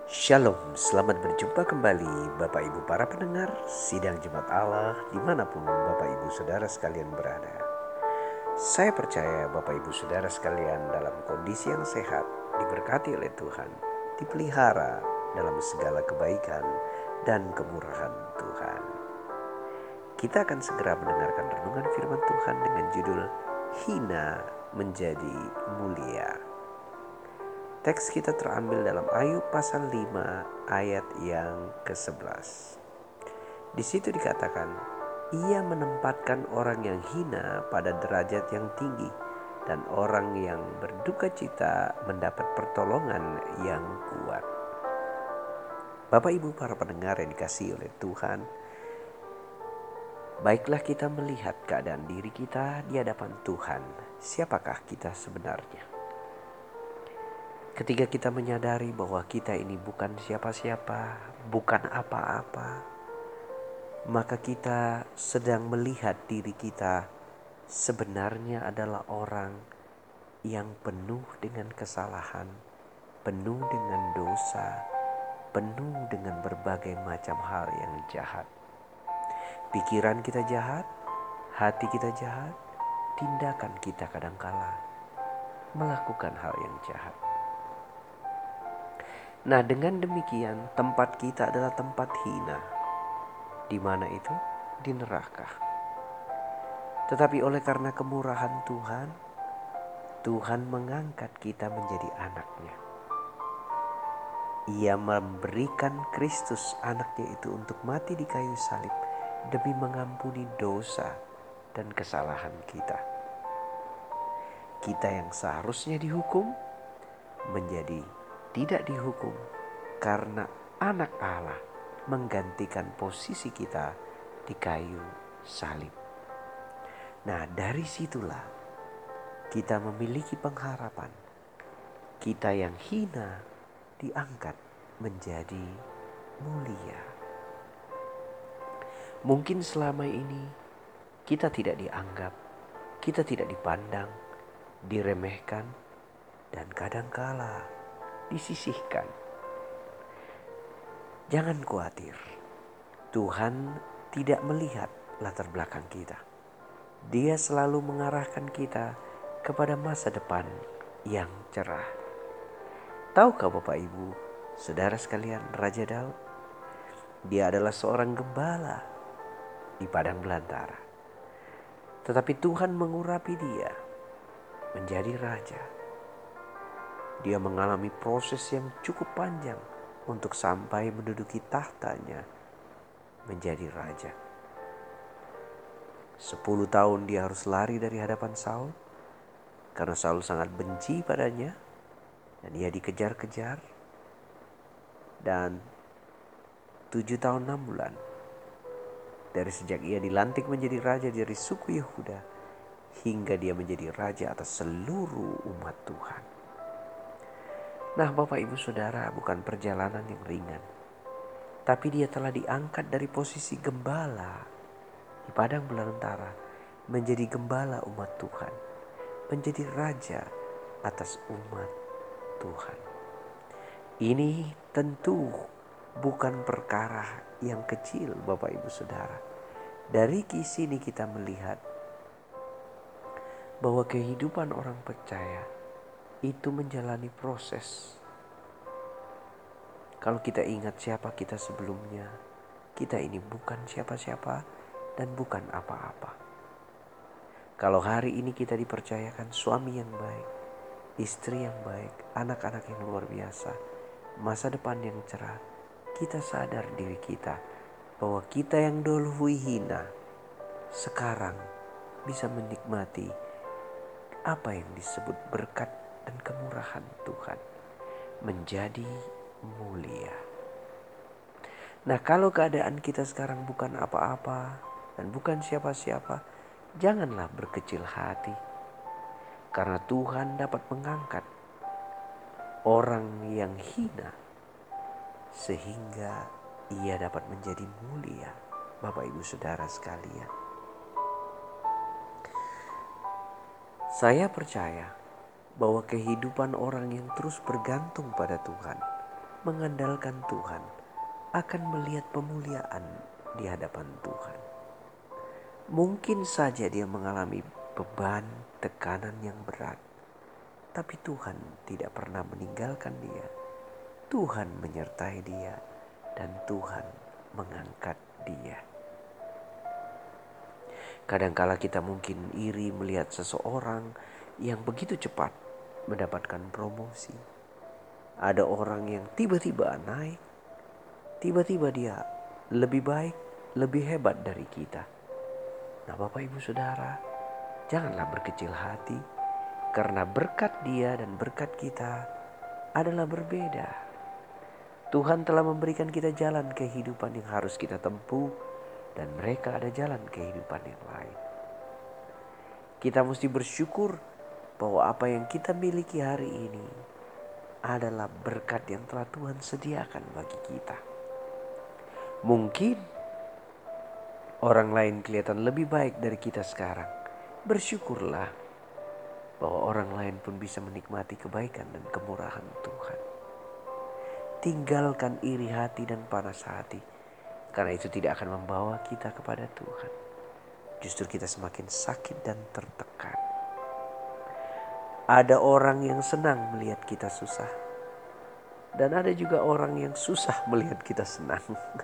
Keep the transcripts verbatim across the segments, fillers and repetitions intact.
Shalom, selamat berjumpa kembali Bapak Ibu para pendengar Sidang Jemaat Allah dimanapun Bapak Ibu Saudara sekalian berada. Saya percaya Bapak Ibu Saudara sekalian dalam kondisi yang sehat, diberkati oleh Tuhan, dipelihara dalam segala kebaikan dan kemurahan Tuhan. Kita akan segera mendengarkan renungan firman Tuhan dengan judul Hina Menjadi Mulia. Teks kita terambil dalam Ayub pasal lima ayat yang kesebelas. Di situ dikatakan, ia menempatkan orang yang hina pada derajat yang tinggi, dan orang yang berduka cita mendapat pertolongan yang kuat. Bapak Ibu para pendengar yang dikasihi oleh Tuhan, baiklah kita melihat keadaan diri kita di hadapan Tuhan. Siapakah kita sebenarnya? Ketika kita menyadari bahwa kita ini bukan siapa-siapa, bukan apa-apa, maka kita sedang melihat diri kita sebenarnya adalah orang yang penuh dengan kesalahan, penuh dengan dosa, penuh dengan berbagai macam hal yang jahat. Pikiran kita jahat, hati kita jahat, tindakan kita kadangkala melakukan hal yang jahat. Nah, dengan demikian tempat kita adalah tempat hina. Di mana itu? Di neraka. Tetapi oleh karena kemurahan Tuhan, Tuhan mengangkat kita menjadi anaknya. Ia memberikan Kristus anaknya itu untuk mati di kayu salib demi mengampuni dosa dan kesalahan kita. Kita yang seharusnya dihukum menjadi tidak dihukum karena anak Allah menggantikan posisi kita di kayu salib. Nah, dari situlah kita memiliki pengharapan. Kita yang hina diangkat menjadi mulia. Mungkin selama ini kita tidak dianggap, kita tidak dipandang, diremehkan, dan kadangkala disisihkan. Jangan khawatir, Tuhan tidak melihat latar belakang kita. Dia selalu mengarahkan kita kepada masa depan yang cerah. Tahukah Bapak Ibu, saudara sekalian, Raja Daud? Dia adalah seorang gembala di padang belantara. Tetapi Tuhan mengurapi dia menjadi raja. Dia mengalami proses yang cukup panjang untuk sampai menduduki tahtanya menjadi raja. Sepuluh tahun dia harus lari dari hadapan Saul karena Saul sangat benci padanya dan ia dikejar-kejar. Dan tujuh tahun enam bulan dari sejak ia dilantik menjadi raja dari suku Yehuda hingga dia menjadi raja atas seluruh umat Tuhan. Nah, Bapak Ibu Saudara, bukan perjalanan yang ringan. Tapi dia telah diangkat dari posisi gembala di padang belantara menjadi gembala umat Tuhan, menjadi raja atas umat Tuhan. Ini tentu bukan perkara yang kecil, Bapak Ibu Saudara. Dari kisah ini kita melihat bahwa kehidupan orang percaya itu menjalani proses. Kalau kita ingat siapa kita sebelumnya, kita ini bukan siapa-siapa dan bukan apa-apa. Kalau hari ini kita dipercayakan suami yang baik, istri yang baik, anak-anak yang luar biasa, masa depan yang cerah, kita sadar diri kita bahwa kita yang dulu hina sekarang bisa menikmati apa yang disebut berkat dan kemurahan Tuhan, menjadi mulia. Nah, kalau keadaan kita sekarang bukan apa-apa dan bukan siapa-siapa, janganlah berkecil hati. Karena Tuhan dapat mengangkat orang yang hina sehingga ia dapat menjadi mulia. Bapak Ibu Saudara sekalian, saya percaya bahwa kehidupan orang yang terus bergantung pada Tuhan mengandalkan Tuhan akan melihat pemuliaan di hadapan Tuhan. Mungkin saja dia mengalami beban, tekanan yang berat, tapi Tuhan tidak pernah meninggalkan dia. Tuhan menyertai dia dan Tuhan mengangkat dia. Kadangkala kita mungkin iri melihat seseorang yang begitu cepat mendapatkan promosi. Ada orang yang tiba-tiba naik, tiba-tiba dia lebih baik, lebih hebat dari kita. Nah, Bapak Ibu Saudara, janganlah berkecil hati, karena berkat dia dan berkat kita adalah berbeda. Tuhan telah memberikan kita jalan kehidupan yang harus kita tempuh, dan mereka ada jalan kehidupan yang lain. Kita mesti bersyukur bahwa apa yang kita miliki hari ini adalah berkat yang telah Tuhan sediakan bagi kita. Mungkin orang lain kelihatan lebih baik dari kita sekarang. Bersyukurlah bahwa orang lain pun bisa menikmati kebaikan dan kemurahan Tuhan. Tinggalkan iri hati dan panas hati, karena itu tidak akan membawa kita kepada Tuhan. Justru kita semakin sakit dan tertekan. Ada orang yang senang melihat kita susah, dan ada juga orang yang susah melihat kita senang.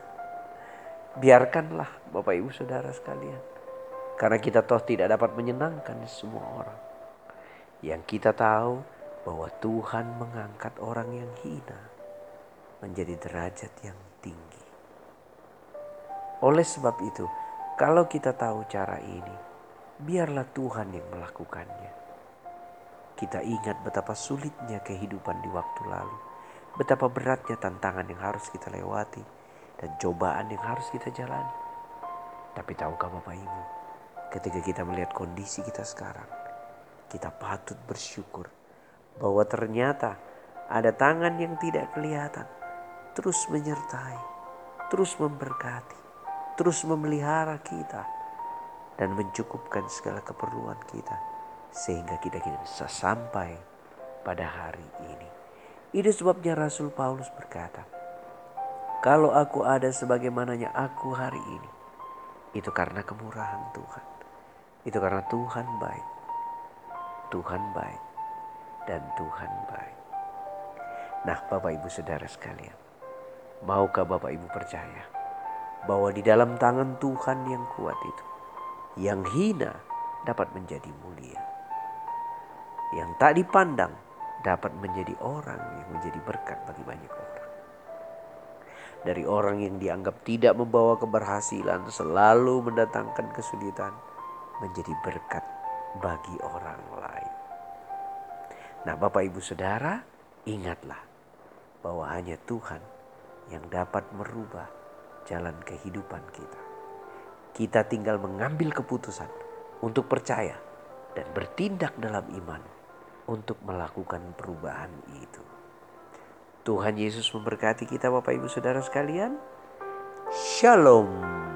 Biarkanlah Bapak Ibu Saudara sekalian, karena kita toh tidak dapat menyenangkan semua orang. Yang kita tahu bahwa Tuhan mengangkat orang yang hina menjadi derajat yang tinggi. Oleh sebab itu, kalau kita tahu cara ini, biarlah Tuhan yang melakukannya. Kita ingat betapa sulitnya kehidupan di waktu lalu, betapa beratnya tantangan yang harus kita lewati, dan cobaan yang harus kita jalani. Tapi tahukah Bapak Ibu, ketika kita melihat kondisi kita sekarang, kita patut bersyukur bahwa ternyata ada tangan yang tidak kelihatan terus menyertai, terus memberkati, terus memelihara kita dan mencukupkan segala keperluan kita, sehingga kita bisa sampai pada hari ini. Itu sebabnya Rasul Paulus berkata, kalau aku ada sebagaimananya aku hari ini, itu karena kemurahan Tuhan. Itu karena Tuhan baik. Tuhan baik dan Tuhan baik. Nah, Bapak Ibu Saudara sekalian, maukah Bapak Ibu percaya bahwa di dalam tangan Tuhan yang kuat itu, yang hina dapat menjadi mulia, yang tak dipandang dapat menjadi orang yang menjadi berkat bagi banyak orang. Dari orang yang dianggap tidak membawa keberhasilan, selalu mendatangkan kesulitan, menjadi berkat bagi orang lain. Nah, Bapak Ibu Saudara, ingatlah bahwa hanya Tuhan yang dapat merubah jalan kehidupan kita. Kita tinggal mengambil keputusan untuk percaya dan bertindak dalam iman untuk melakukan perubahan itu. Tuhan Yesus memberkati kita Bapak Ibu Saudara sekalian. Shalom.